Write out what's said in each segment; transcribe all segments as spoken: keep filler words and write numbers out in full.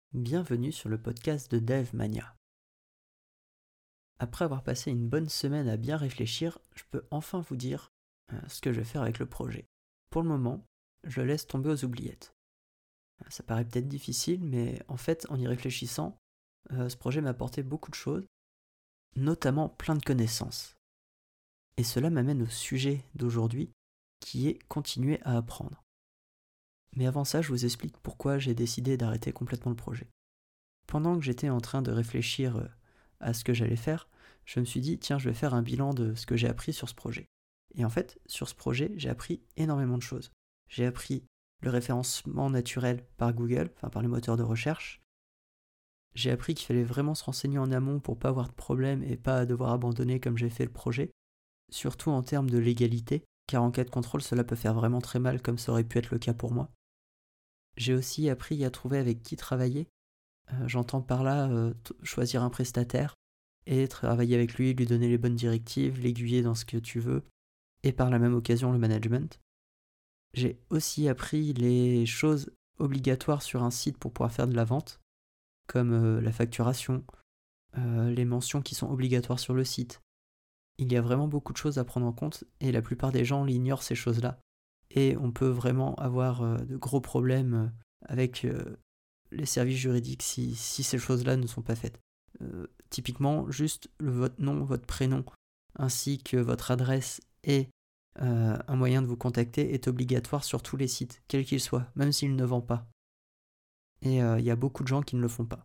Bienvenue sur le podcast de DevMania. Après avoir passé une bonne semaine à bien réfléchir, je peux enfin vous dire euh, ce que je vais faire avec le projet. Pour le moment, je le laisse tomber aux oubliettes. Euh, Ça paraît peut-être difficile, mais en fait, en y réfléchissant, euh, ce projet m'a apporté beaucoup de choses, notamment plein de connaissances. Et cela m'amène au sujet d'aujourd'hui, qui est continuer à apprendre. Mais avant ça, je vous explique pourquoi j'ai décidé d'arrêter complètement le projet. Pendant que j'étais en train de réfléchir euh, à ce que j'allais faire, je me suis dit, tiens, je vais faire un bilan de ce que j'ai appris sur ce projet. Et en fait, sur ce projet, j'ai appris énormément de choses. J'ai appris le référencement naturel par Google, enfin par les moteurs de recherche. J'ai appris qu'il fallait vraiment se renseigner en amont pour pas avoir de problème et pas devoir abandonner comme j'ai fait le projet. Surtout en termes de légalité, car en cas de contrôle, cela peut faire vraiment très mal comme ça aurait pu être le cas pour moi. J'ai aussi appris à trouver avec qui travailler. Euh, j'entends par là euh, t- choisir un prestataire et travailler avec lui, lui donner les bonnes directives, l'aiguiller dans ce que tu veux, et par la même occasion le management. J'ai aussi appris les choses obligatoires sur un site pour pouvoir faire de la vente, comme euh, la facturation, euh, les mentions qui sont obligatoires sur le site. Il y a vraiment beaucoup de choses à prendre en compte, et la plupart des gens ignorent ces choses-là. Et on peut vraiment avoir euh, de gros problèmes euh, avec euh, les services juridiques si, si ces choses-là ne sont pas faites. Euh, typiquement, juste le, votre nom, votre prénom, ainsi que votre adresse et euh, un moyen de vous contacter est obligatoire sur tous les sites, quels qu'ils soient, même s'ils ne vendent pas. Et il euh, y a beaucoup de gens qui ne le font pas.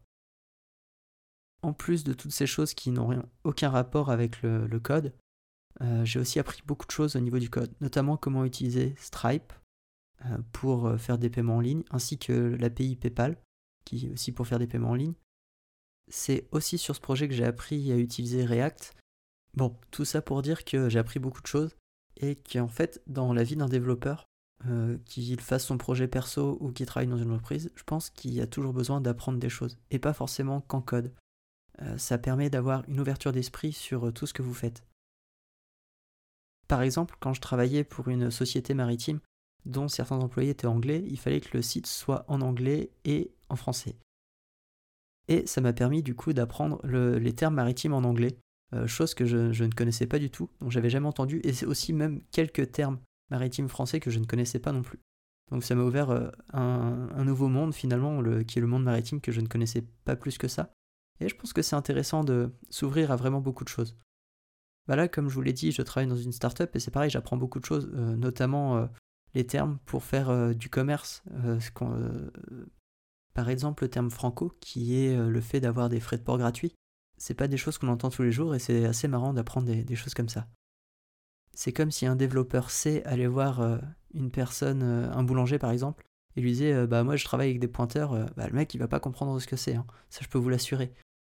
En plus de toutes ces choses qui n'ont rien, aucun rapport avec le, le code, euh, j'ai aussi appris beaucoup de choses au niveau du code, notamment comment utiliser Stripe euh, pour euh, faire des paiements en ligne, ainsi que l'A P I PayPal, qui est aussi pour faire des paiements en ligne. C'est aussi sur ce projet que j'ai appris à utiliser React. Bon, tout ça pour dire que j'ai appris beaucoup de choses et qu'en fait, dans la vie d'un développeur, euh, qu'il fasse son projet perso ou qu'il travaille dans une entreprise, je pense qu'il y a toujours besoin d'apprendre des choses et pas forcément qu'en code. Euh, ça permet d'avoir une ouverture d'esprit sur euh, tout ce que vous faites. Par exemple, quand je travaillais pour une société maritime dont certains employés étaient anglais, il fallait que le site soit en anglais et en français. Et ça m'a permis du coup d'apprendre le, les termes maritimes en anglais, euh, chose que je, je ne connaissais pas du tout, dont j'avais jamais entendu, et c'est aussi même quelques termes maritimes français que je ne connaissais pas non plus. Donc ça m'a ouvert euh, un, un nouveau monde finalement, le, qui est le monde maritime que je ne connaissais pas plus que ça. Et je pense que c'est intéressant de s'ouvrir à vraiment beaucoup de choses. Bah là, comme je vous l'ai dit, je travaille dans une start-up et c'est pareil, j'apprends beaucoup de choses, euh, notamment euh, les termes pour faire euh, du commerce, euh, ce qu'on, euh, par exemple, le terme franco, qui est euh, le fait d'avoir des frais de port gratuits. C'est pas des choses qu'on entend tous les jours et c'est assez marrant d'apprendre des, des choses comme ça. C'est comme si un développeur C allait voir euh, une personne, euh, un boulanger par exemple, et lui disait euh, bah moi je travaille avec des pointeurs, euh, bah le mec il va pas comprendre ce que c'est, hein. Ça je peux vous l'assurer.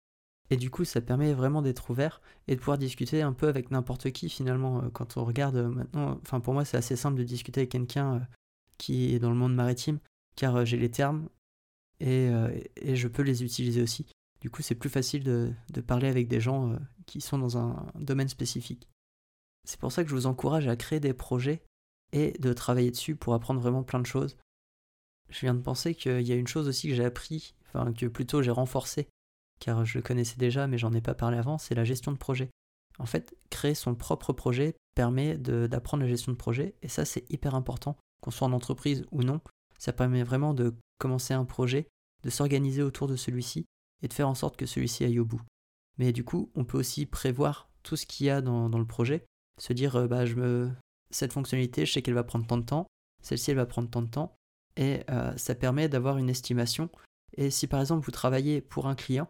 Et du coup ça permet vraiment d'être ouvert et de pouvoir discuter un peu avec n'importe qui finalement. Euh, quand on regarde euh, maintenant, enfin pour moi c'est assez simple de discuter avec quelqu'un euh, qui est dans le monde maritime, car euh, j'ai les termes, et, euh, et je peux les utiliser aussi. Du coup, c'est plus facile de, de parler avec des gens euh, qui sont dans un domaine spécifique. C'est pour ça que je vous encourage à créer des projets et de travailler dessus pour apprendre vraiment plein de choses. Je viens de penser qu'il y a une chose aussi que j'ai appris, enfin que plutôt j'ai renforcé, car je le connaissais déjà mais j'en ai pas parlé avant, c'est la gestion de projet. En fait, créer son propre projet permet de, d'apprendre la gestion de projet, et ça c'est hyper important, qu'on soit en entreprise ou non. Ça permet vraiment de commencer un projet, de s'organiser autour de celui-ci et de faire en sorte que celui-ci aille au bout. Mais du coup, on peut aussi prévoir tout ce qu'il y a dans, dans le projet, se dire euh, bah je me cette fonctionnalité, je sais qu'elle va prendre tant de temps, celle-ci elle va prendre tant de temps, et euh, ça permet d'avoir une estimation. Et si par exemple vous travaillez pour un client,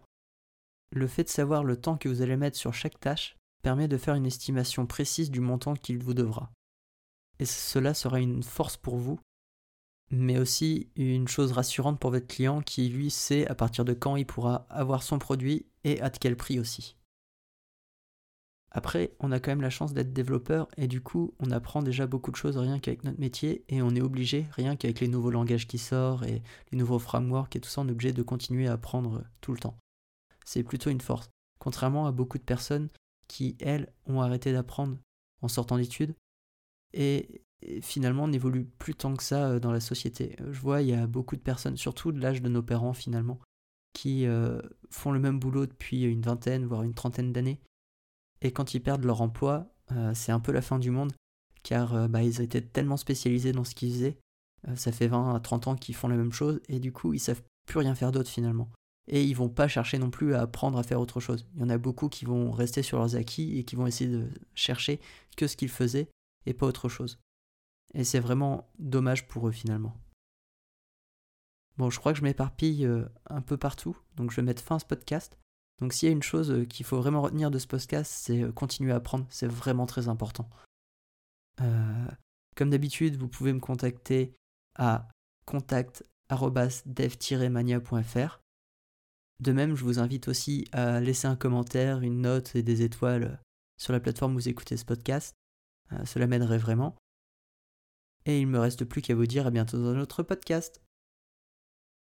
le fait de savoir le temps que vous allez mettre sur chaque tâche permet de faire une estimation précise du montant qu'il vous devra. Et cela sera une force pour vous, mais aussi une chose rassurante pour votre client qui lui sait à partir de quand il pourra avoir son produit et à quel prix aussi. Après, on a quand même la chance d'être développeur et du coup, on apprend déjà beaucoup de choses rien qu'avec notre métier, et on est obligé, rien qu'avec les nouveaux langages qui sortent et les nouveaux frameworks et tout ça, on est obligé de continuer à apprendre tout le temps. C'est plutôt une force. Contrairement à beaucoup de personnes qui, elles, ont arrêté d'apprendre en sortant d'études et, et finalement n'évoluent plus tant que ça dans la société. Je vois, il y a beaucoup de personnes, surtout de l'âge de nos parents finalement, qui euh, font le même boulot depuis une vingtaine, voire une trentaine d'années. Et quand ils perdent leur emploi, euh, c'est un peu la fin du monde, car euh, bah, ils étaient tellement spécialisés dans ce qu'ils faisaient. Euh, ça fait vingt à trente ans qu'ils font la même chose, et du coup, ils savent plus rien faire d'autre finalement. Et ils vont pas chercher non plus à apprendre à faire autre chose. Il y en a beaucoup qui vont rester sur leurs acquis et qui vont essayer de chercher que ce qu'ils faisaient et pas autre chose. Et c'est vraiment dommage pour eux finalement. Bon, je crois que je m'éparpille euh, un peu partout, donc je vais mettre fin à ce podcast. Donc s'il y a une chose euh, qu'il faut vraiment retenir de ce podcast, c'est euh, continuer à apprendre, c'est vraiment très important. Euh, comme d'habitude, vous pouvez me contacter à contact arobase dev tiret mania point f r. De même, je vous invite aussi à laisser un commentaire, une note et des étoiles sur la plateforme où vous écoutez ce podcast. Euh, cela m'aiderait vraiment. Et il ne me reste plus qu'à vous dire à bientôt dans un autre podcast.